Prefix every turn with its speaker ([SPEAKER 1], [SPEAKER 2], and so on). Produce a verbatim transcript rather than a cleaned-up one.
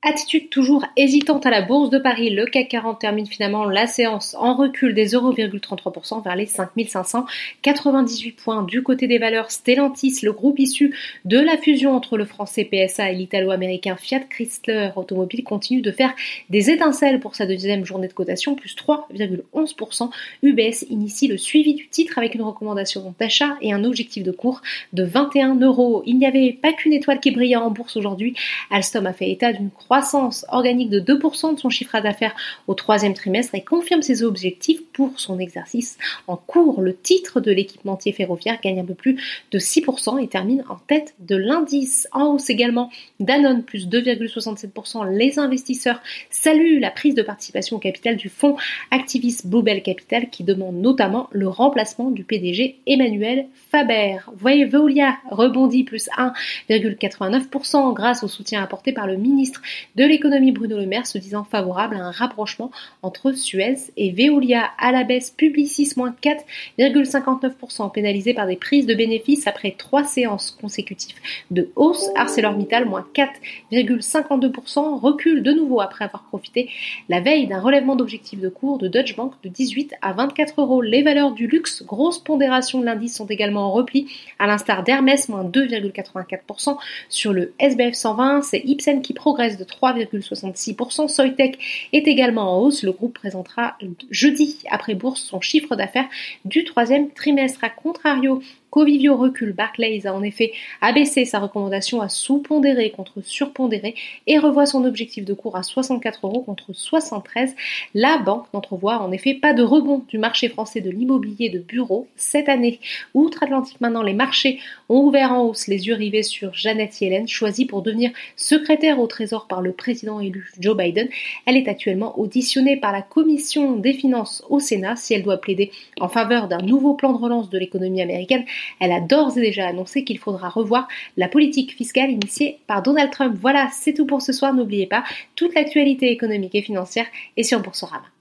[SPEAKER 1] Attitude toujours hésitante à la Bourse de Paris. Le C A C quarante termine finalement la séance en recul des zéro virgule trente-trois pour cent vers les cinq mille cinq cent quatre-vingt-dix-huit points. Du côté des valeurs, Stellantis, le groupe issu de la fusion entre le français P S A et l'italo-américain Fiat Chrysler Automobile, continue de faire des étincelles pour sa deuxième journée de cotation, plus trois virgule onze pour cent. U B S initie le suivi du titre avec une recommandation d'achat et un objectif de cours de vingt et un euros. Il n'y avait pas qu'une étoile qui brillait en bourse aujourd'hui. Alstom a fait état d'une croissance croissance organique de deux pour cent de son chiffre d'affaires au troisième trimestre et confirme ses objectifs pour son exercice en cours. Le titre de l'équipementier ferroviaire gagne un peu plus de six pour cent et termine en tête de l'indice. En hausse également, Danone plus deux virgule soixante-sept pour cent. Les investisseurs saluent la prise de participation au capital du fonds Activis Bluebell Capital qui demande notamment le remplacement du P D G Emmanuel Faber. Voyez, Veolia rebondit plus un virgule quatre-vingt-neuf pour cent grâce au soutien apporté par le ministre de l'économie Bruno Le Maire, se disant favorable à un rapprochement entre Suez et Veolia. À la baisse, Publicis moins quatre virgule cinquante-neuf pour cent, pénalisé par des prises de bénéfices après trois séances consécutives de hausse. ArcelorMittal moins quatre virgule cinquante-deux pour cent, recule de nouveau après avoir profité la veille d'un relèvement d'objectifs de cours de Deutsche Bank de dix-huit à vingt-quatre euros. Les valeurs du luxe, grosse pondération de l'indice, sont également en repli, à l'instar d'Hermès moins deux virgule quatre-vingt-quatre pour cent. Sur le S B F cent vingt, c'est Ipsen qui progresse de trois virgule soixante-six pour cent. Soitec est également en hausse. Le groupe présentera jeudi après bourse son chiffre d'affaires du troisième trimestre. À contrario, Covivio recule. Barclays a en effet abaissé sa recommandation à sous-pondéré contre surpondéré et revoit son objectif de cours à soixante-quatre euros contre soixante-treize. La banque n'entrevoit en effet pas de rebond du marché français de l'immobilier de bureau cette année. Outre-Atlantique maintenant, les marchés ont ouvert en hausse, les yeux rivés sur Janet Yellen, choisie pour devenir secrétaire au Trésor par le président élu Joe Biden. Elle est actuellement auditionnée par la Commission des finances au Sénat. Si elle doit plaider en faveur d'un nouveau plan de relance de l'économie américaine, elle a d'ores et déjà annoncé qu'il faudra revoir la politique fiscale initiée par Donald Trump. Voilà, c'est tout pour ce soir. N'oubliez pas, toute l'actualité économique et financière est sur Boursorama.